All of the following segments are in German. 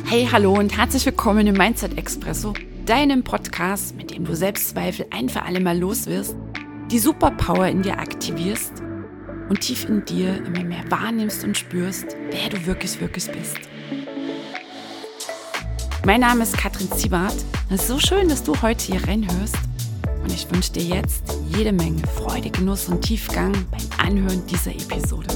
Hey, hallo und herzlich willkommen im Mindset Expresso, deinem Podcast, mit dem du Selbstzweifel ein für alle Mal los wirst, die Superpower in dir aktivierst und tief in dir immer mehr wahrnimmst und spürst, wer du wirklich bist. Mein Name ist Katrin Ziebart. Es ist so schön, dass du heute hier reinhörst und ich wünsche dir jetzt jede Menge Freude, Genuss und Tiefgang beim Anhören dieser Episode.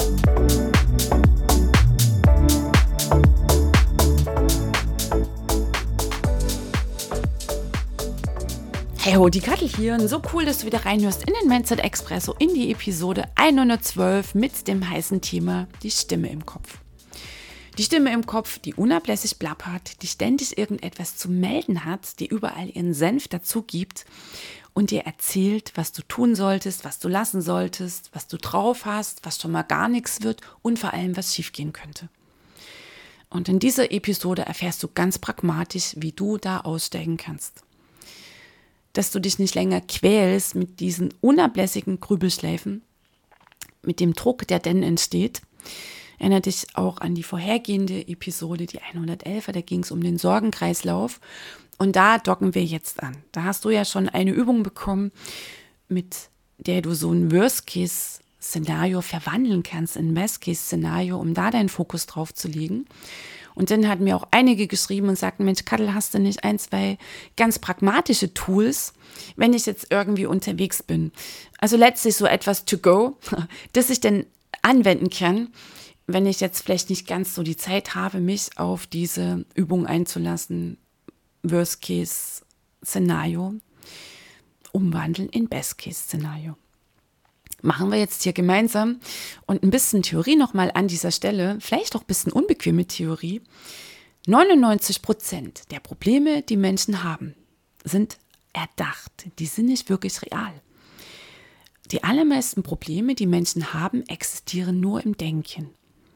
Hey ho, die Kattel hier und so cool, dass du wieder reinhörst in den Mindset Expresso, in die Episode 112 mit dem heißen Thema die Stimme im Kopf. Die Stimme im Kopf, die unablässig plappert, die ständig irgendetwas zu melden hat, die überall ihren Senf dazu gibt und dir erzählt, was du tun solltest, was du lassen solltest, was du drauf hast, was schon mal gar nichts wird und vor allem, was schiefgehen könnte. Und in dieser Episode erfährst du ganz pragmatisch, wie du da aussteigen kannst. Dass du dich nicht länger quälst mit diesen unablässigen Grübelschleifen, mit dem Druck, der dann entsteht. Erinnere dich auch an die vorhergehende Episode, die 111, da ging es um den Sorgenkreislauf. Und da docken wir jetzt an. Da hast du ja schon eine Übung bekommen, mit der du so ein Worst-Case-Szenario verwandeln kannst in ein Best-Case-Szenario, um da deinen Fokus drauf zu legen. Und dann hatten mir auch einige geschrieben und sagten, Mensch, Kattel, hast du nicht ein, zwei ganz pragmatische Tools, wenn ich jetzt irgendwie unterwegs bin? Also letztlich so etwas to go, das ich dann anwenden kann, wenn ich jetzt vielleicht nicht ganz so die Zeit habe, mich auf diese Übung einzulassen, Worst-Case-Szenario, umwandeln in Best-Case-Szenario. Machen wir jetzt hier gemeinsam und ein bisschen Theorie nochmal an dieser Stelle, vielleicht auch ein bisschen unbequeme Theorie. 99% der Probleme, die Menschen haben, sind erdacht. Die sind nicht wirklich real. Die allermeisten Probleme, die Menschen haben, existieren nur im Denken.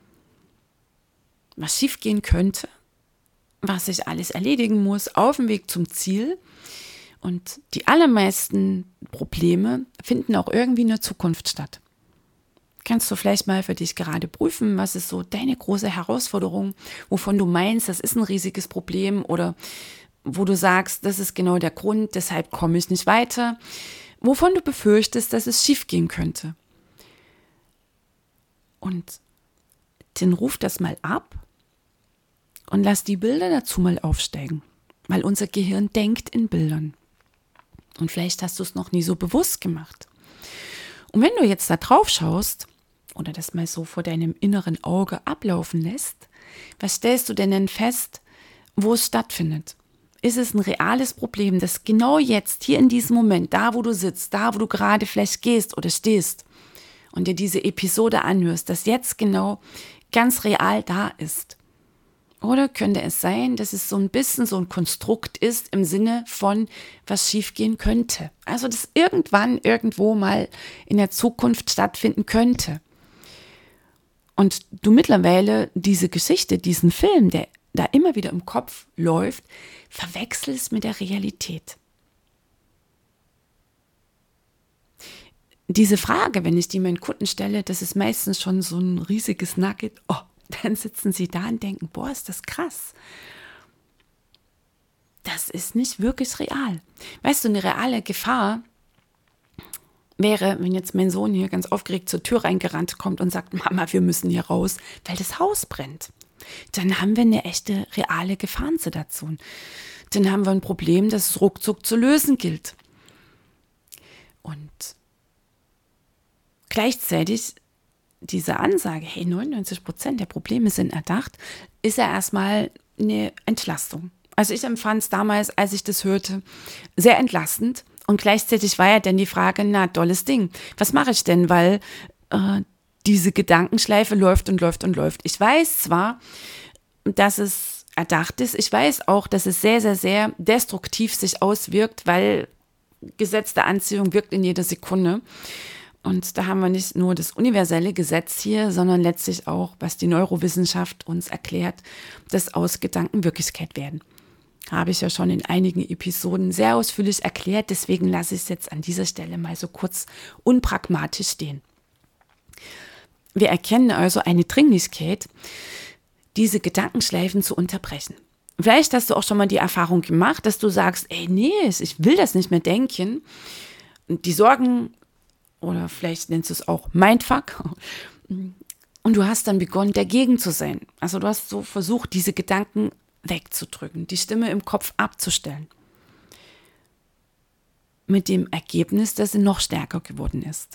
Was schiefgehen könnte, was ich alles erledigen muss auf dem Weg zum Ziel. Und die allermeisten Probleme finden auch irgendwie in der Zukunft statt. Kannst du vielleicht mal für dich gerade prüfen, was ist so deine große Herausforderung, wovon du meinst, das ist ein riesiges Problem oder wo du sagst, das ist genau der Grund, deshalb komme ich nicht weiter, wovon du befürchtest, dass es schiefgehen könnte. Und dann ruf das mal ab und lass die Bilder dazu mal aufsteigen, weil unser Gehirn denkt in Bildern. Und vielleicht hast du es noch nie so bewusst gemacht. Und wenn du jetzt da drauf schaust oder das mal so vor deinem inneren Auge ablaufen lässt, was stellst du denn fest, wo es stattfindet? Ist es ein reales Problem, das genau jetzt, hier in diesem Moment, da wo du sitzt, da wo du gerade vielleicht gehst oder stehst und dir diese Episode anhörst, das jetzt genau ganz real da ist? Oder könnte es sein, dass es so ein bisschen so ein Konstrukt ist im Sinne von, was schiefgehen könnte? Also, das irgendwann, irgendwo mal in der Zukunft stattfinden könnte. Und du mittlerweile diese Geschichte, diesen Film, der da immer wieder im Kopf läuft, verwechselst mit der Realität. Diese Frage, wenn ich die meinen Kunden stelle, das ist meistens schon so ein riesiges Nugget. Oh, dann sitzen sie da und denken, boah, ist das krass. Das ist nicht wirklich real. Weißt du, eine reale Gefahr wäre, wenn jetzt mein Sohn hier ganz aufgeregt zur Tür reingerannt kommt und sagt, Mama, wir müssen hier raus, weil das Haus brennt. Dann haben wir eine echte, reale Gefahrensituation. Dann haben wir ein Problem, das es ruckzuck zu lösen gilt. Und gleichzeitig diese Ansage, hey, 99% der Probleme sind erdacht, ist ja erstmal eine Entlastung. Also ich empfand es damals, als ich das hörte, sehr entlastend. Und gleichzeitig war ja dann die Frage, na, tolles Ding, was mache ich denn? Weil diese Gedankenschleife läuft und läuft und läuft. Ich weiß zwar, dass es erdacht ist, ich weiß auch, dass es sehr, sehr, sehr destruktiv sich auswirkt, weil Gesetz der Anziehung wirkt in jeder Sekunde. Und da haben wir nicht nur das universelle Gesetz hier, sondern letztlich auch, was die Neurowissenschaft uns erklärt, dass aus Gedanken Wirklichkeit werden. Habe ich ja schon in einigen Episoden sehr ausführlich erklärt, deswegen lasse ich es jetzt an dieser Stelle mal so kurz unpragmatisch stehen. Wir erkennen also eine Dringlichkeit, diese Gedankenschleifen zu unterbrechen. Vielleicht hast du auch schon mal die Erfahrung gemacht, dass du sagst, ey, nee, ich will das nicht mehr denken. Und die Sorgen, oder vielleicht nennst du es auch Mindfuck, und du hast dann begonnen, dagegen zu sein. Also du hast so versucht, diese Gedanken wegzudrücken, die Stimme im Kopf abzustellen. Mit dem Ergebnis, dass sie noch stärker geworden ist.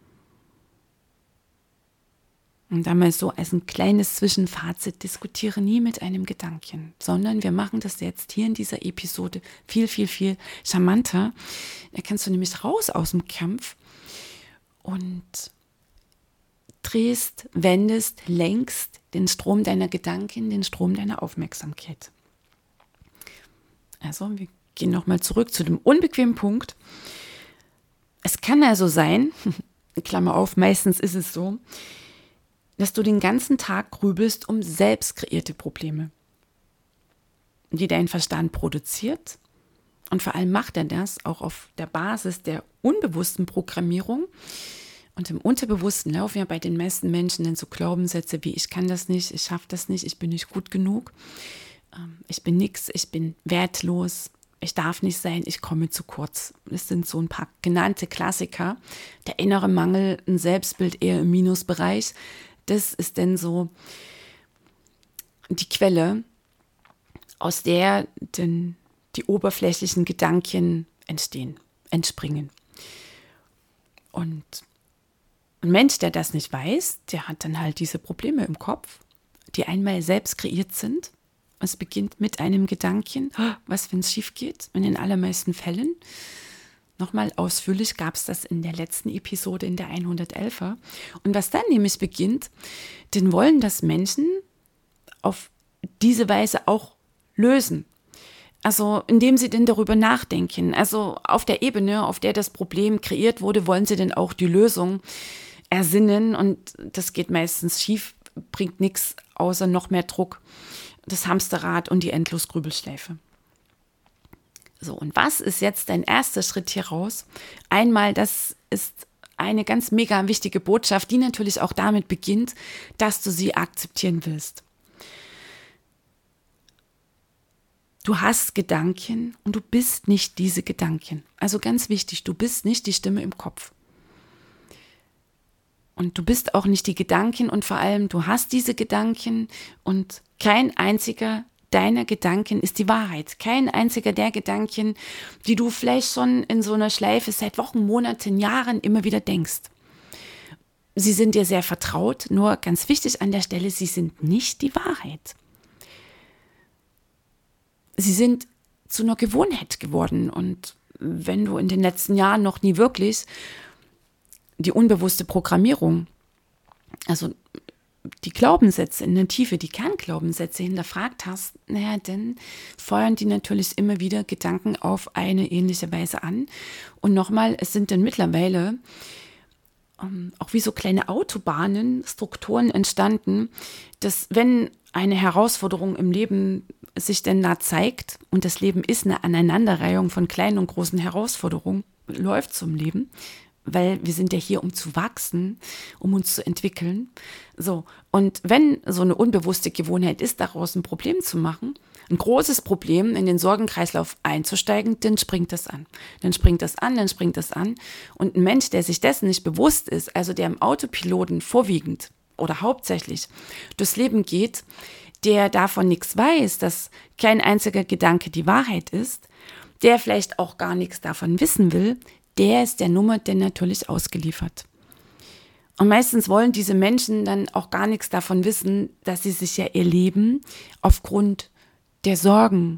Und damals so als ein kleines Zwischenfazit, diskutiere nie mit einem Gedanken, sondern wir machen das jetzt hier in dieser Episode viel, viel, viel charmanter. Da kannst du nämlich raus aus dem Kampf und drehst, wendest, lenkst den Strom deiner Gedanken, den Strom deiner Aufmerksamkeit. Also wir gehen nochmal zurück zu dem unbequemen Punkt. Es kann also sein, Klammer auf, meistens ist es so, dass du den ganzen Tag grübelst um selbst kreierte Probleme, die dein Verstand produziert. Und vor allem macht er das auch auf der Basis der unbewussten Programmierung. Und im Unterbewussten laufen ja bei den meisten Menschen dann so Glaubenssätze wie: Ich kann das nicht, ich schaffe das nicht, ich bin nicht gut genug, ich bin nix, ich bin wertlos, ich darf nicht sein, ich komme zu kurz. Das sind so ein paar genannte Klassiker. Der innere Mangel, ein Selbstbild eher im Minusbereich. Das ist denn so die Quelle, aus der denn die oberflächlichen Gedanken entspringen. Und ein Mensch, der das nicht weiß, der hat dann halt diese Probleme im Kopf, die einmal selbst kreiert sind. Es beginnt mit einem Gedanken, was, wenn es schief geht? Und in allermeisten Fällen, nochmal ausführlich gab es das in der letzten Episode, in der 111er. Und was dann nämlich beginnt, den wollen das Menschen auf diese Weise auch lösen. Also indem sie denn darüber nachdenken. Also auf der Ebene, auf der das Problem kreiert wurde, wollen sie denn auch die Lösung ersinnen. Und das geht meistens schief, bringt nichts außer noch mehr Druck, das Hamsterrad und die Endlosgrübelschleife. So, und was ist jetzt dein erster Schritt hier raus? Einmal, das ist eine ganz mega wichtige Botschaft, die natürlich auch damit beginnt, dass du sie akzeptieren willst. Du hast Gedanken und du bist nicht diese Gedanken. Also ganz wichtig, du bist nicht die Stimme im Kopf. Und du bist auch nicht die Gedanken und vor allem, du hast diese Gedanken und kein einziger deiner Gedanken ist die Wahrheit. Kein einziger der Gedanken, die du vielleicht schon in so einer Schleife seit Wochen, Monaten, Jahren immer wieder denkst. Sie sind dir sehr vertraut, nur ganz wichtig an der Stelle, sie sind nicht die Wahrheit. Sie sind zu einer Gewohnheit geworden und wenn du in den letzten Jahren noch nie wirklich die unbewusste Programmierung, also die Glaubenssätze in der Tiefe, die Kernglaubenssätze hinterfragt hast, naja, dann feuern die natürlich immer wieder Gedanken auf eine ähnliche Weise an. Und nochmal, es sind dann mittlerweile auch wie so kleine Autobahnen, Strukturen entstanden, dass wenn eine Herausforderung im Leben sich denn da zeigt, und das Leben ist eine Aneinanderreihung von kleinen und großen Herausforderungen, läuft zum Leben, weil wir sind ja hier, um zu wachsen, um uns zu entwickeln. So, und wenn so eine unbewusste Gewohnheit ist, daraus ein Problem zu machen, ein großes Problem, in den Sorgenkreislauf einzusteigen, dann springt das an. Dann springt das an, dann springt das an. Und ein Mensch, der sich dessen nicht bewusst ist, also der im Autopiloten vorwiegend oder hauptsächlich durchs Leben geht, der davon nichts weiß, dass kein einziger Gedanke die Wahrheit ist, der vielleicht auch gar nichts davon wissen will, der ist der Nummer denn natürlich ausgeliefert. Und meistens wollen diese Menschen dann auch gar nichts davon wissen, dass sie sich ja ihr Leben aufgrund der Sorgen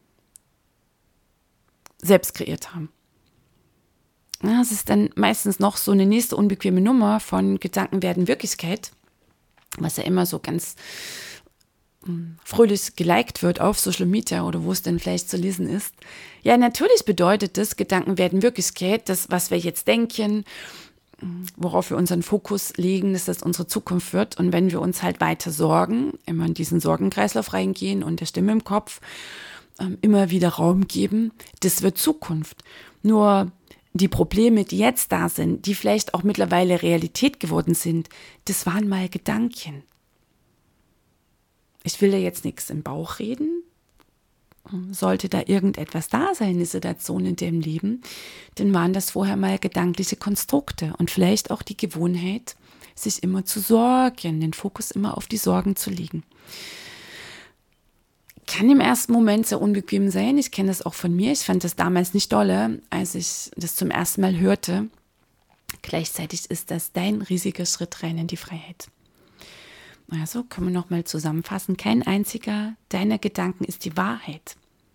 selbst kreiert haben. Ja, es ist dann meistens noch so eine nächste unbequeme Nummer von Gedanken werden Wirklichkeit, was ja immer so ganz fröhlich geliked wird auf Social Media oder wo es denn vielleicht zu lesen ist. Ja, natürlich bedeutet das, Gedanken werden Wirklichkeit, das, was wir jetzt denken, worauf wir unseren Fokus legen, dass das unsere Zukunft wird. Und wenn wir uns halt weiter sorgen, immer in diesen Sorgenkreislauf reingehen und der Stimme im Kopf immer wieder Raum geben, das wird Zukunft. Nur die Probleme, die jetzt da sind, die vielleicht auch mittlerweile Realität geworden sind, das waren mal Gedanken. Ich will dir jetzt nichts im Bauch reden. Sollte da irgendetwas da sein, eine Situation in dem Leben, dann waren das vorher mal gedankliche Konstrukte und vielleicht auch die Gewohnheit, sich immer zu sorgen, den Fokus immer auf die Sorgen zu legen. Kann im ersten Moment sehr unbequem sein. Ich kenne das auch von mir. Ich fand das damals nicht dolle, als ich das zum ersten Mal hörte. Gleichzeitig ist das dein riesiger Schritt rein in die Freiheit. Also können wir nochmal zusammenfassen. Kein einziger deiner Gedanken ist die Wahrheit.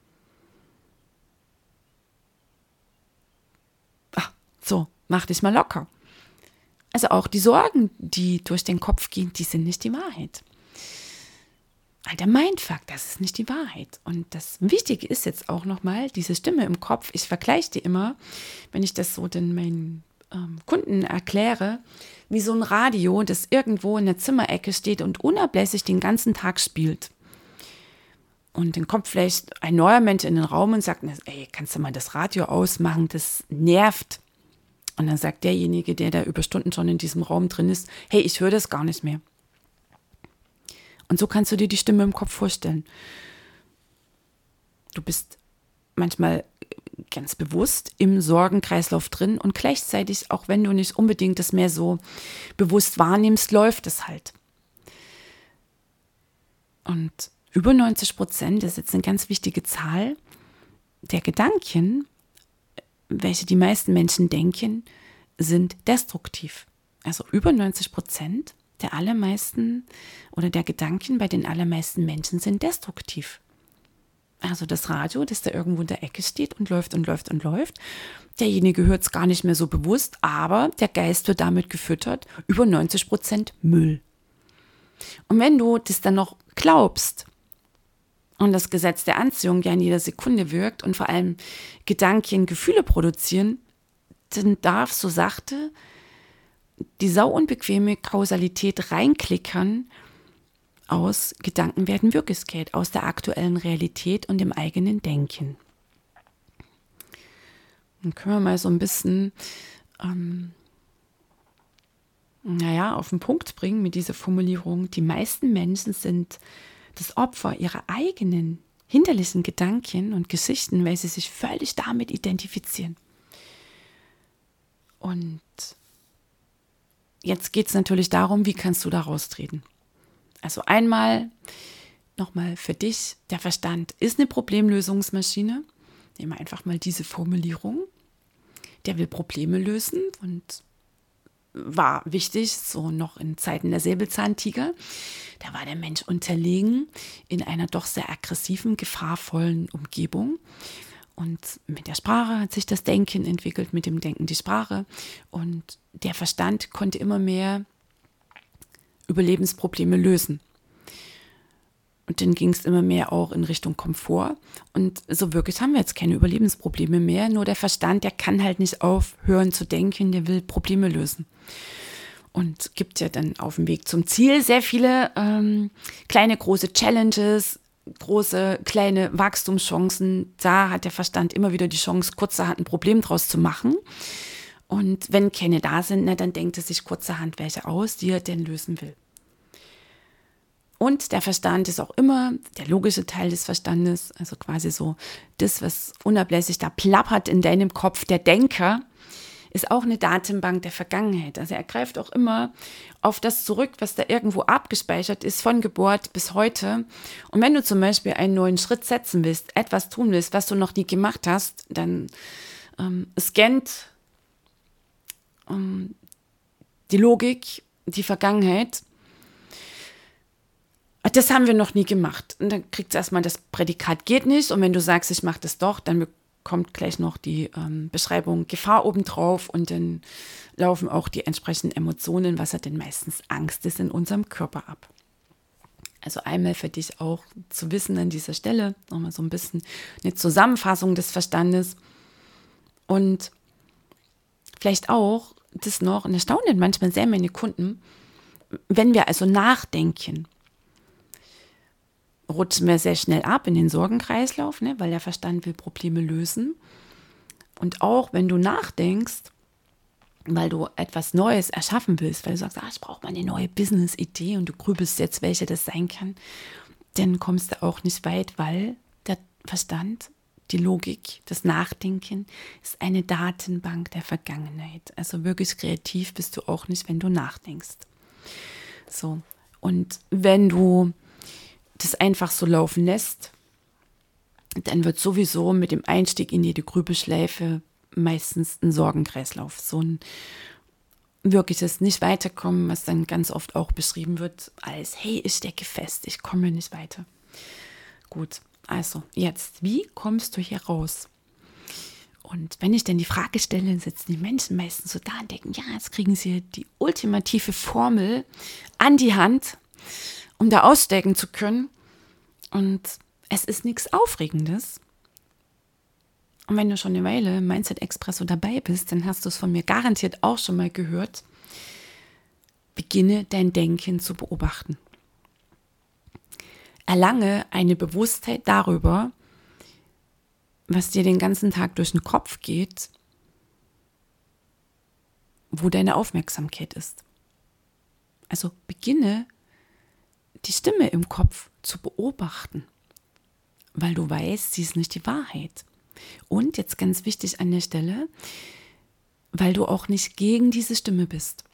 So, mach dich mal locker. Also auch die Sorgen, die durch den Kopf gehen, die sind nicht die Wahrheit. Der Mindfuck, das ist nicht die Wahrheit. Und das Wichtige ist jetzt auch nochmal, diese Stimme im Kopf, ich vergleiche die immer, wenn ich das so den meinen Kunden erkläre, wie so ein Radio, das irgendwo in der Zimmerecke steht und unablässig den ganzen Tag spielt. Und dann kommt vielleicht ein neuer Mensch in den Raum und sagt, ey, kannst du mal das Radio ausmachen, das nervt. Und dann sagt derjenige, der da über Stunden schon in diesem Raum drin ist, hey, ich höre das gar nicht mehr. Und so kannst du dir die Stimme im Kopf vorstellen. Du bist manchmal ganz bewusst im Sorgenkreislauf drin und gleichzeitig, auch wenn du nicht unbedingt das mehr so bewusst wahrnimmst, läuft es halt. Und über 90%, das ist jetzt eine ganz wichtige Zahl, der Gedanken, welche die meisten Menschen denken, sind destruktiv. Also über 90% der allermeisten oder der Gedanken bei den allermeisten Menschen sind destruktiv. Also das Radio, das da irgendwo in der Ecke steht und läuft und läuft und läuft. Derjenige hört es gar nicht mehr so bewusst, aber der Geist wird damit gefüttert, über 90% Müll. Und wenn du das dann noch glaubst und das Gesetz der Anziehung ja in jeder Sekunde wirkt und vor allem Gedanken Gefühle produzieren, dann darf so sachte die sauunbequeme Kausalität reinklickern aus Gedanken werden Wirklichkeit, aus der aktuellen Realität und dem eigenen Denken. Dann können wir mal so ein bisschen auf den Punkt bringen mit dieser Formulierung. Die meisten Menschen sind das Opfer ihrer eigenen hinderlichen Gedanken und Geschichten, weil sie sich völlig damit identifizieren. Und jetzt geht es natürlich darum, wie kannst du da raustreten? Also einmal, nochmal für dich, der Verstand ist eine Problemlösungsmaschine. Nehmen wir einfach mal diese Formulierung. Der will Probleme lösen und war wichtig, so noch in Zeiten der Säbelzahntiger. Da war der Mensch unterlegen in einer doch sehr aggressiven, gefahrvollen Umgebung. Und mit der Sprache hat sich das Denken entwickelt, mit dem Denken die Sprache. Und der Verstand konnte immer mehr Überlebensprobleme lösen. Und dann ging es immer mehr auch in Richtung Komfort. Und so wirklich haben wir jetzt keine Überlebensprobleme mehr. Nur der Verstand, der kann halt nicht aufhören zu denken, der will Probleme lösen. Und gibt ja dann auf dem Weg zum Ziel sehr viele kleine, große Challenges, große, kleine Wachstumschancen. Da hat der Verstand immer wieder die Chance, kurzerhand ein Problem draus zu machen. Und wenn keine da sind, dann denkt er sich kurzerhand welche aus, die er denn lösen will. Und der Verstand ist auch immer der logische Teil des Verstandes, also quasi so das, was unablässig da plappert in deinem Kopf, der Denker, ist auch eine Datenbank der Vergangenheit. Also er greift auch immer auf das zurück, was da irgendwo abgespeichert ist, von Geburt bis heute. Und wenn du zum Beispiel einen neuen Schritt setzen willst, etwas tun willst, was du noch nie gemacht hast, dann scannt die Logik, die Vergangenheit. Das haben wir noch nie gemacht. Und dann kriegt es erstmal das Prädikat geht nicht. Und wenn du sagst, ich mache das doch, dann kommt gleich noch die Beschreibung Gefahr obendrauf und dann laufen auch die entsprechenden Emotionen, was ja denn meistens Angst ist, in unserem Körper ab. Also einmal für dich auch zu wissen an dieser Stelle, nochmal so ein bisschen eine Zusammenfassung des Verstandes und vielleicht auch das noch, und das erstaunt manchmal sehr meine Kunden, wenn wir also nachdenken, rutschen wir sehr schnell ab in den Sorgenkreislauf, ne, weil der Verstand will Probleme lösen. Und auch wenn du nachdenkst, weil du etwas Neues erschaffen willst, weil du sagst, ich brauche mal eine neue Business-Idee und du grübelst jetzt, welche das sein kann, dann kommst du auch nicht weit, weil der Verstand, die Logik, das Nachdenken ist eine Datenbank der Vergangenheit. Also wirklich kreativ bist du auch nicht, wenn du nachdenkst. So, und wenn du das einfach so laufen lässt, dann wird sowieso mit dem Einstieg in jede Grübelschleife meistens ein Sorgenkreislauf. So ein wirkliches Nicht-Weiterkommen, was dann ganz oft auch beschrieben wird als, hey, ich stecke fest, ich komme nicht weiter. Gut, also jetzt, wie kommst du hier raus? Und wenn ich dann die Frage stelle, sitzen die Menschen meistens so da und denken, ja, jetzt kriegen sie die ultimative Formel an die Hand, um da aussteigen zu können. Und es ist nichts Aufregendes. Und wenn du schon eine Weile im Mindset Expresso dabei bist, dann hast du es von mir garantiert auch schon mal gehört. Beginne dein Denken zu beobachten. Erlange eine Bewusstheit darüber, was dir den ganzen Tag durch den Kopf geht, wo deine Aufmerksamkeit ist. Also beginne die Stimme im Kopf zu beobachten, weil du weißt, sie ist nicht die Wahrheit. Und jetzt ganz wichtig an der Stelle, weil du auch nicht gegen diese Stimme bist.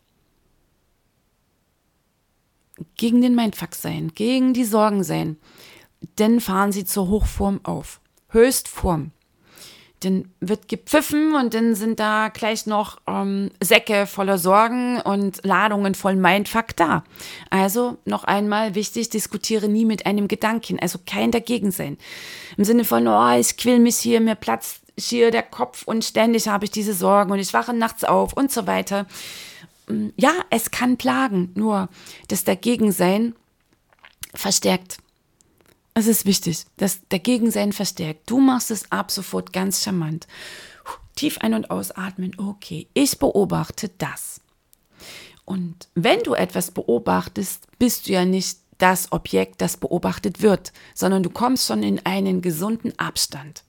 Gegen den Mindfuck sein, gegen die Sorgen sein, dann fahren sie zur Hochform auf. Höchstform. Dann wird gepfiffen und dann sind da gleich noch Säcke voller Sorgen und Ladungen voll Mindfuck da. Also noch einmal wichtig, diskutiere nie mit einem Gedanken, also kein Dagegensein. Im Sinne von, oh, ich quäl mich hier, mir platzt hier der Kopf und ständig habe ich diese Sorgen und ich wache nachts auf und so weiter. Ja, es kann plagen, nur das Dagegensein verstärkt. Es ist wichtig, dass Dagegensein verstärkt. Du machst es ab sofort ganz charmant. Tief ein- und ausatmen. Okay, ich beobachte das. Und wenn du etwas beobachtest, bist du ja nicht das Objekt, das beobachtet wird, sondern du kommst schon in einen gesunden Abstand.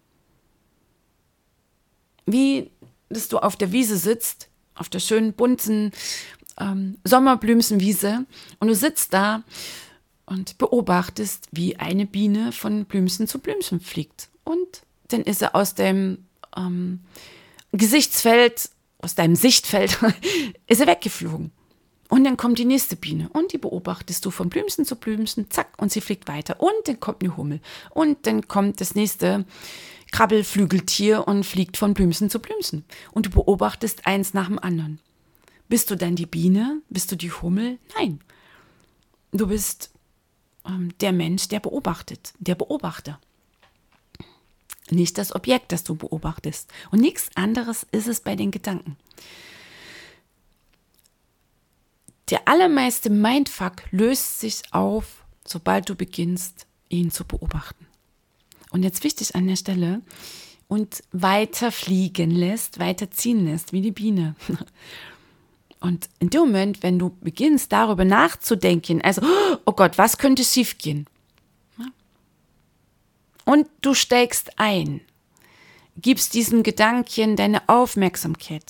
Wie, dass du auf der Wiese sitzt, auf der schönen, bunten Sommerblümchenwiese und du sitzt da und beobachtest, wie eine Biene von Blümchen zu Blümchen fliegt. Und dann ist er aus dem Gesichtsfeld, aus deinem Sichtfeld, ist er weggeflogen. Und dann kommt die nächste Biene und die beobachtest du von Blümchen zu Blümchen, zack, und sie fliegt weiter. Und dann kommt eine Hummel. Und dann kommt das nächste Krabbelflügeltier und fliegt von Blümchen zu Blümchen. Und du beobachtest eins nach dem anderen. Bist du dann die Biene? Bist du die Hummel? Nein. Du bist der Mensch, der beobachtet, der Beobachter. Nicht das Objekt, das du beobachtest. Und nichts anderes ist es bei den Gedanken. Der allermeiste Mindfuck löst sich auf, sobald du beginnst, ihn zu beobachten. Und jetzt wichtig an der Stelle, und weiter fliegen lässt, weiter ziehen lässt, wie die Biene. Und in dem Moment, wenn du beginnst, darüber nachzudenken, also, oh Gott, was könnte schief gehen? Und du steigst ein, gibst diesem Gedanken deine Aufmerksamkeit.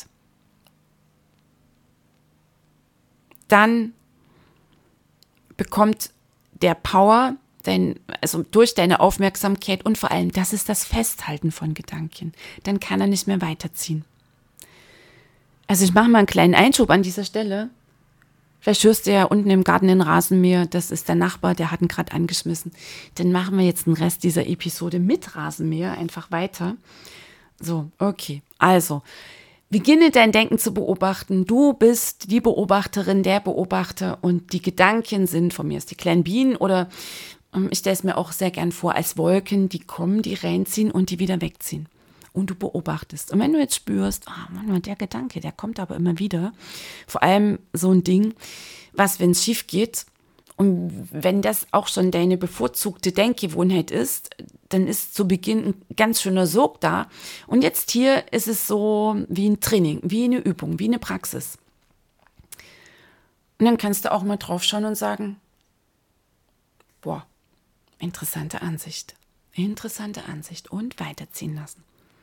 Dann bekommt der Power, also durch deine Aufmerksamkeit und vor allem, das ist das Festhalten von Gedanken. Dann kann er nicht mehr weiterziehen. Also ich mache mal einen kleinen Einschub an dieser Stelle. Vielleicht hörst du ja unten im Garten den Rasenmäher, das ist der Nachbar, der hat ihn gerade angeschmissen. Dann machen wir jetzt den Rest dieser Episode mit Rasenmäher einfach weiter. So, okay. Also, beginne dein Denken zu beobachten. Du bist die Beobachterin, der Beobachter und die Gedanken sind von mir, ist die kleinen Bienen oder ich stelle es mir auch sehr gern vor als Wolken, die kommen, die reinziehen und die wieder wegziehen. Und du beobachtest. Und wenn du jetzt spürst, Mann, der Gedanke, der kommt aber immer wieder, vor allem so ein Ding, was, wenn es schief geht und wenn das auch schon deine bevorzugte Denkgewohnheit ist, dann ist zu Beginn ein ganz schöner Sog da. Und jetzt hier ist es so wie ein Training, wie eine Übung, wie eine Praxis. Und dann kannst du auch mal drauf schauen und sagen, boah, interessante Ansicht und weiterziehen lassen.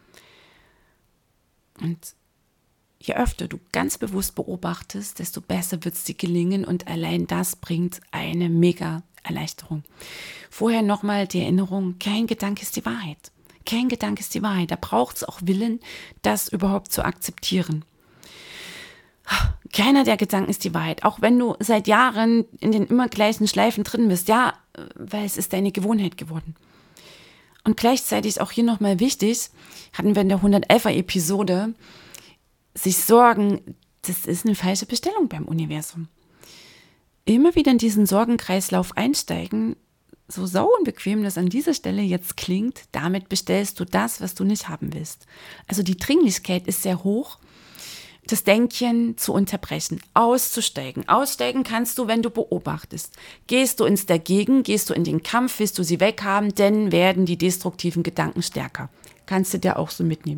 Und je öfter du ganz bewusst beobachtest, desto besser wird es dir gelingen und allein das bringt eine mega Erleichterung. Vorher nochmal die Erinnerung, kein Gedanke ist die Wahrheit. Kein Gedanke ist die Wahrheit. Da braucht es auch Willen, das überhaupt zu akzeptieren. Keiner der Gedanken ist die Wahrheit. Auch wenn du seit Jahren in den immer gleichen Schleifen drin bist. Ja, weil es ist deine Gewohnheit geworden. Und gleichzeitig auch hier nochmal wichtig, hatten wir in der 111er Episode, sich Sorgen, das ist eine falsche Bestellung beim Universum. Immer wieder in diesen Sorgenkreislauf einsteigen, so sau unbequem das an dieser Stelle jetzt klingt, damit bestellst du das, was du nicht haben willst. Also die Dringlichkeit ist sehr hoch, das Denken zu unterbrechen, auszusteigen. Aussteigen kannst du, wenn du beobachtest. Gehst du ins Dagegen, gehst du in den Kampf, willst du sie weghaben, dann werden die destruktiven Gedanken stärker. Kannst du dir auch so mitnehmen.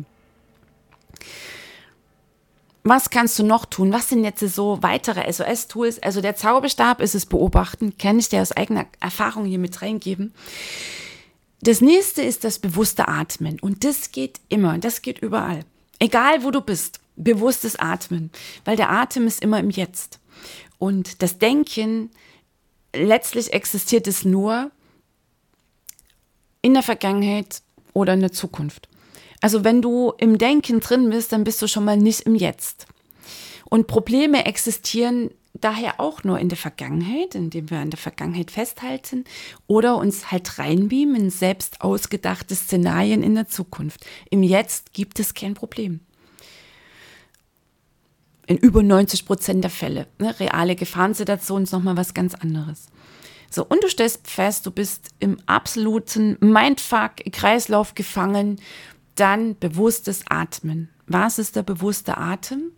Was kannst du noch tun? Was sind jetzt so weitere SOS-Tools? Also der Zauberstab ist es beobachten, kann ich dir aus eigener Erfahrung hier mit reingeben. Das nächste ist das bewusste Atmen und das geht immer, das geht überall. Egal wo du bist, bewusstes Atmen, weil der Atem ist immer im Jetzt. Und das Denken, letztlich existiert es nur in der Vergangenheit oder in der Zukunft. Also wenn du im Denken drin bist, dann bist du schon mal nicht im Jetzt. Und Probleme existieren daher auch nur in der Vergangenheit, indem wir an der Vergangenheit festhalten oder uns halt reinbeamen in selbst ausgedachte Szenarien in der Zukunft. Im Jetzt gibt es kein Problem. In über 90% der Fälle. Ne? Reale Gefahrensituationen ist nochmal was ganz anderes. So, und du stellst fest, du bist im absoluten Mindfuck-Kreislauf gefangen. Dann bewusstes Atmen. Was ist der bewusste Atem?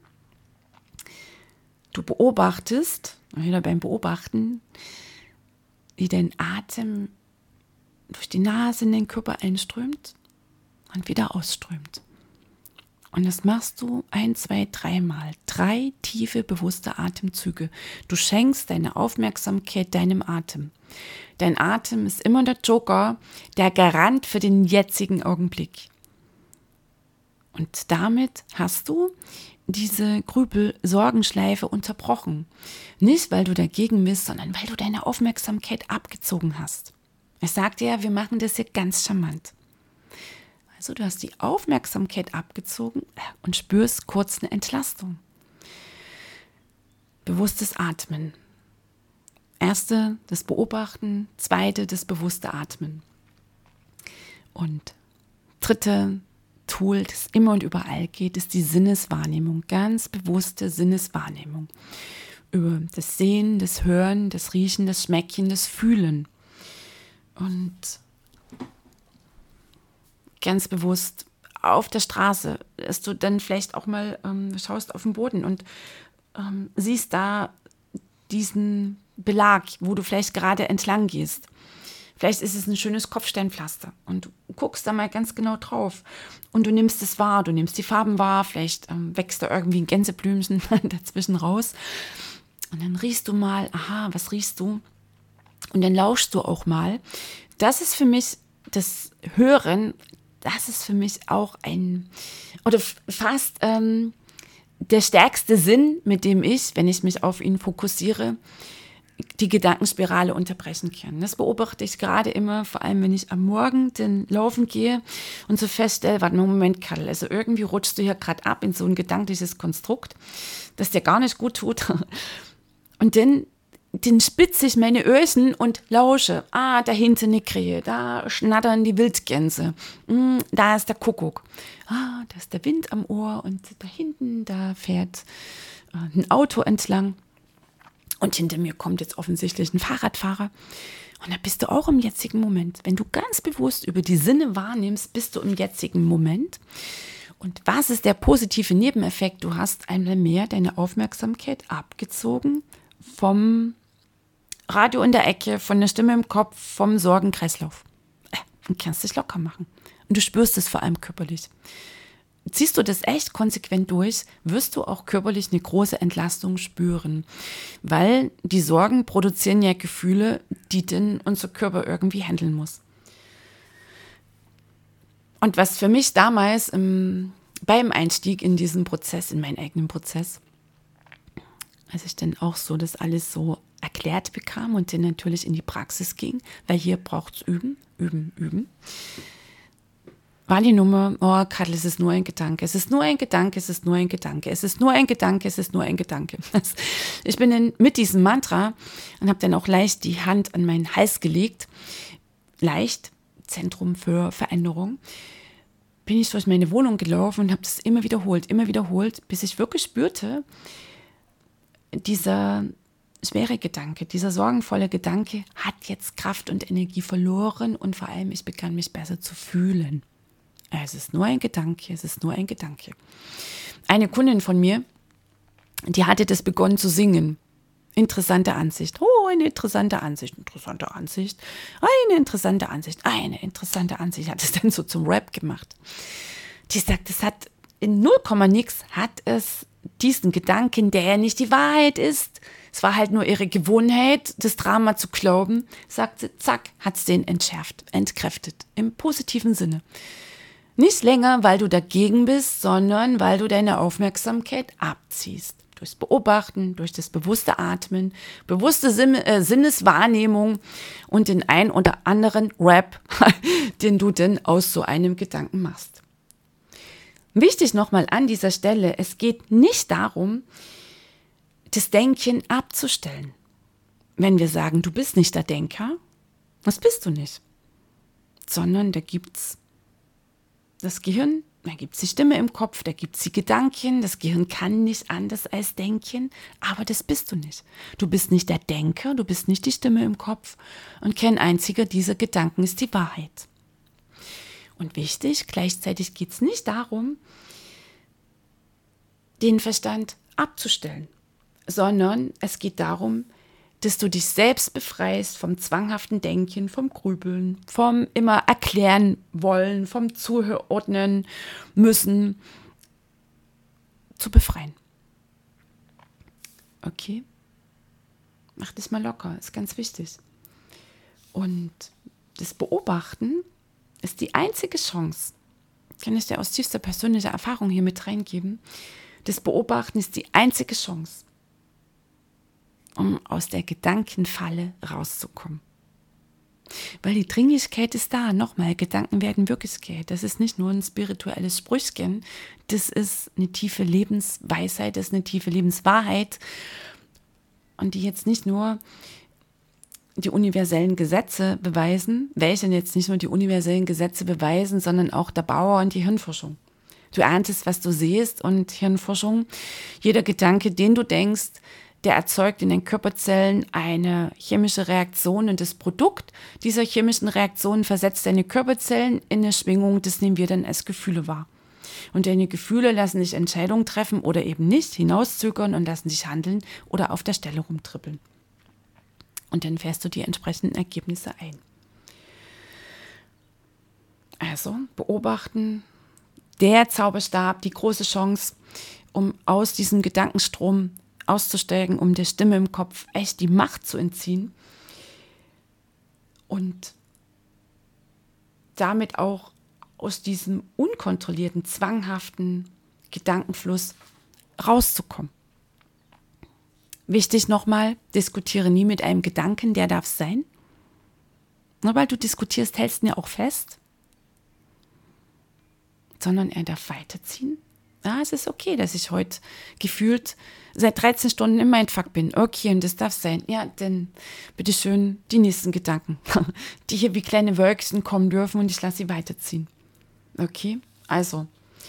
Du beobachtest, wieder beim Beobachten, wie dein Atem durch die Nase in den Körper einströmt und wieder ausströmt. Und das machst du 1, 2, 3 Mal. 3 tiefe, bewusste Atemzüge. Du schenkst deine Aufmerksamkeit deinem Atem. Dein Atem ist immer der Joker, der Garant für den jetzigen Augenblick. Und damit hast du diese Grübel-Sorgenschleife unterbrochen. Nicht, weil du dagegen bist, sondern weil du deine Aufmerksamkeit abgezogen hast. Ich sagte ja, wir machen das hier ganz charmant. Also du hast die Aufmerksamkeit abgezogen und spürst kurz eine Entlastung. Bewusstes Atmen. Erste, das Beobachten. Zweite, das bewusste Atmen. Und dritte Tool, das immer und überall geht, ist die Sinneswahrnehmung. Ganz bewusste Sinneswahrnehmung. Über das Sehen, das Hören, das Riechen, das Schmecken, das Fühlen. Und ganz bewusst auf der Straße, dass du dann vielleicht auch mal schaust auf den Boden und siehst da diesen Belag, wo du vielleicht gerade entlang gehst. Vielleicht ist es ein schönes Kopfsteinpflaster und du guckst da mal ganz genau drauf und du nimmst es wahr, du nimmst die Farben wahr, vielleicht wächst da irgendwie ein Gänseblümchen dazwischen raus und dann riechst du mal, aha, was riechst du? Und dann lauschst du auch mal. Das ist für mich das Hören, das ist für mich auch fast der stärkste Sinn, mit dem ich, wenn ich mich auf ihn fokussiere, die Gedankenspirale unterbrechen kann. Das beobachte ich gerade immer, vor allem wenn ich am Morgen dann laufen gehe und so feststelle, warte mal, Moment, Kattel, also irgendwie rutschst du hier gerade ab in so ein gedankliches Konstrukt, das dir gar nicht gut tut. Und dann spitze ich meine Öhrchen und lausche. Ah, da hinten eine Krähe, da schnattern die Wildgänse, da ist der Kuckuck. Ah, da ist der Wind am Ohr und da hinten, da fährt ein Auto entlang. Und hinter mir kommt jetzt offensichtlich ein Fahrradfahrer. Und da bist du auch im jetzigen Moment. Wenn du ganz bewusst über die Sinne wahrnimmst, bist du im jetzigen Moment. Und was ist der positive Nebeneffekt? Du hast einmal mehr deine Aufmerksamkeit abgezogen vom Radio in der Ecke, von der Stimme im Kopf, vom Sorgenkreislauf. Und kannst dich locker machen. Und du spürst es vor allem körperlich. Ziehst du das echt konsequent durch, wirst du auch körperlich eine große Entlastung spüren. Weil die Sorgen produzieren ja Gefühle, die denn unser Körper irgendwie handeln muss. Und was für mich damals beim Einstieg in diesen Prozess, in meinen eigenen Prozess, als ich dann auch so das alles so erklärt bekam und dann natürlich in die Praxis ging, weil hier braucht es üben, üben, üben, war die Nummer, oh Kattel, es ist nur ein Gedanke, es ist nur ein Gedanke, es ist nur ein Gedanke, es ist nur ein Gedanke, es ist nur ein Gedanke. Ich bin dann mit diesem Mantra und habe dann auch leicht die Hand an meinen Hals gelegt, leicht, Zentrum für Veränderung, bin ich durch meine Wohnung gelaufen und habe das immer wiederholt, bis ich wirklich spürte, dieser schwere Gedanke, dieser sorgenvolle Gedanke hat jetzt Kraft und Energie verloren und vor allem, ich begann mich besser zu fühlen. Es ist nur ein Gedanke, es ist nur ein Gedanke. Eine Kundin von mir, die hatte das begonnen zu singen. Interessante Ansicht. Oh, eine interessante Ansicht. Interessante Ansicht. Eine interessante Ansicht. Eine interessante Ansicht. Hat es dann so zum Rap gemacht. Die sagt, es hat in 0, nix hat es diesen Gedanken, der ja nicht die Wahrheit ist. Es war halt nur ihre Gewohnheit, das Drama zu glauben. Sagt sie, zack, hat es den entschärft, entkräftet. Im positiven Sinne. Nicht länger, weil du dagegen bist, sondern weil du deine Aufmerksamkeit abziehst. Durchs Beobachten, durch das bewusste Atmen, bewusste Sinneswahrnehmung und den ein oder anderen Rap, den du denn aus so einem Gedanken machst. Wichtig nochmal an dieser Stelle, es geht nicht darum, das Denken abzustellen. Wenn wir sagen, du bist nicht der Denker, was bist du nicht? Sondern da gibt's das Gehirn, da gibt es die Stimme im Kopf, da gibt es die Gedanken. Das Gehirn kann nicht anders als denken, aber das bist du nicht. Du bist nicht der Denker, du bist nicht die Stimme im Kopf und kein einziger dieser Gedanken ist die Wahrheit. Und wichtig, gleichzeitig geht es nicht darum, den Verstand abzustellen, sondern es geht darum, dass du dich selbst befreist vom zwanghaften Denken, vom Grübeln, vom immer erklären wollen, vom Zuordnen müssen, zu befreien. Okay? Mach das mal locker, ist ganz wichtig. Und das Beobachten ist die einzige Chance, kann ich dir aus tiefster persönlicher Erfahrung hier mit reingeben, das Beobachten ist die einzige Chance, um aus der Gedankenfalle rauszukommen. Weil die Dringlichkeit ist da. Nochmal, Gedanken werden Wirklichkeit. Das ist nicht nur ein spirituelles Sprüchchen, das ist eine tiefe Lebensweisheit, das ist eine tiefe Lebenswahrheit und die jetzt nicht nur die universellen Gesetze beweisen, sondern auch der Bauer und die Hirnforschung. Du erntest, was du siehst und Hirnforschung, jeder Gedanke, den du denkst, der erzeugt in den Körperzellen eine chemische Reaktion und das Produkt dieser chemischen Reaktion versetzt deine Körperzellen in eine Schwingung, das nehmen wir dann als Gefühle wahr. Und deine Gefühle lassen dich Entscheidungen treffen oder eben nicht, hinauszögern und lassen dich handeln oder auf der Stelle rumtrippeln. Und dann fährst du die entsprechenden Ergebnisse ein. Also beobachten, der Zauberstab, die große Chance, um aus diesem Gedankenstrom auszusteigen, um der Stimme im Kopf echt die Macht zu entziehen und damit auch aus diesem unkontrollierten, zwanghaften Gedankenfluss rauszukommen. Wichtig nochmal, diskutiere nie mit einem Gedanken, der darf sein. Nur weil du diskutierst, hältst du ihn ja auch fest, sondern er darf weiterziehen. Ja, es ist okay, dass ich heute gefühlt seit 13 Stunden im Mindfuck bin. Okay, und das darf sein. Ja, dann bitteschön die nächsten Gedanken, die hier wie kleine Wölkchen kommen dürfen und ich lasse sie weiterziehen. Okay, also,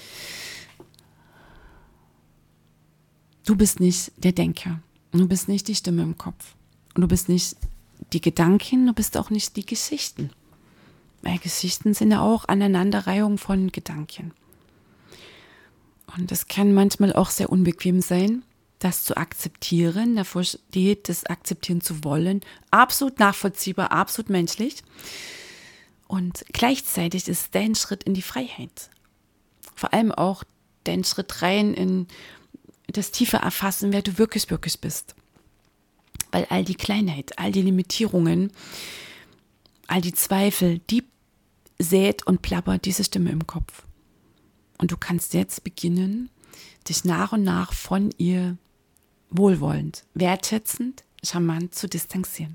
du bist nicht der Denker. Du bist nicht die Stimme im Kopf. Und du bist nicht die Gedanken, du bist auch nicht die Geschichten. Weil Geschichten sind ja auch Aneinanderreihung von Gedanken. Und das kann manchmal auch sehr unbequem sein, das zu akzeptieren. Davor steht, das akzeptieren zu wollen. Absolut nachvollziehbar, absolut menschlich. Und gleichzeitig ist dein Schritt in die Freiheit. Vor allem auch dein Schritt rein in das tiefe Erfassen, wer du wirklich, wirklich bist. Weil all die Kleinheit, all die Limitierungen, all die Zweifel, die sät und plappert diese Stimme im Kopf. Und du kannst jetzt beginnen, dich nach und nach von ihr wohlwollend, wertschätzend, charmant zu distanzieren.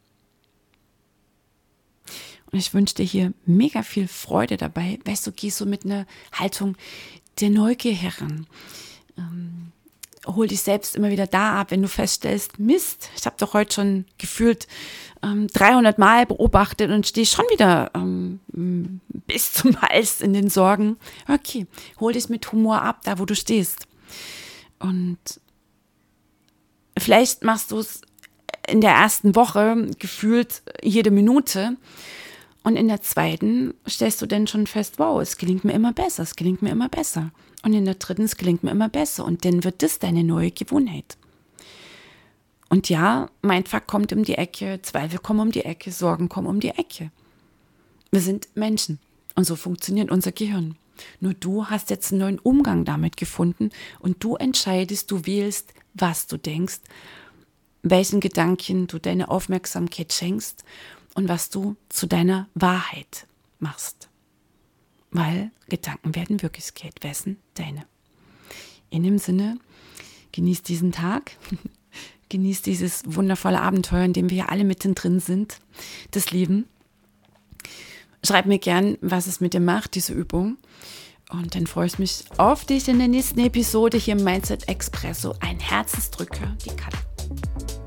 Und ich wünsche dir hier mega viel Freude dabei. Weißt du, geh so mit einer Haltung der Neugier heran. Hol dich selbst immer wieder da ab, wenn du feststellst, Mist, ich habe doch heute schon gefühlt 300 Mal beobachtet und stehe schon wieder bis zum Hals in den Sorgen. Okay, hol dich mit Humor ab, da wo du stehst. Und vielleicht machst du es in der ersten Woche gefühlt jede Minute und in der zweiten stellst du dann schon fest, wow, es gelingt mir immer besser, es gelingt mir immer besser. Und in der dritten, es gelingt mir immer besser und dann wird das deine neue Gewohnheit. Und ja, Mindfuck kommt um die Ecke, Zweifel kommen um die Ecke, Sorgen kommen um die Ecke. Wir sind Menschen und so funktioniert unser Gehirn. Nur du hast jetzt einen neuen Umgang damit gefunden und du entscheidest, du wählst, was du denkst, welchen Gedanken du deine Aufmerksamkeit schenkst und was du zu deiner Wahrheit machst. Weil Gedanken werden Wirklichkeit. Wessen? Deine. In dem Sinne, genieß diesen Tag, genieß dieses wundervolle Abenteuer, in dem wir ja alle mittendrin sind, das Leben. Schreib mir gern, was es mit dir macht, diese Übung. Und dann freue ich mich auf dich in der nächsten Episode hier im Mindset Expresso. Ein Herzensdrücker, die Katja.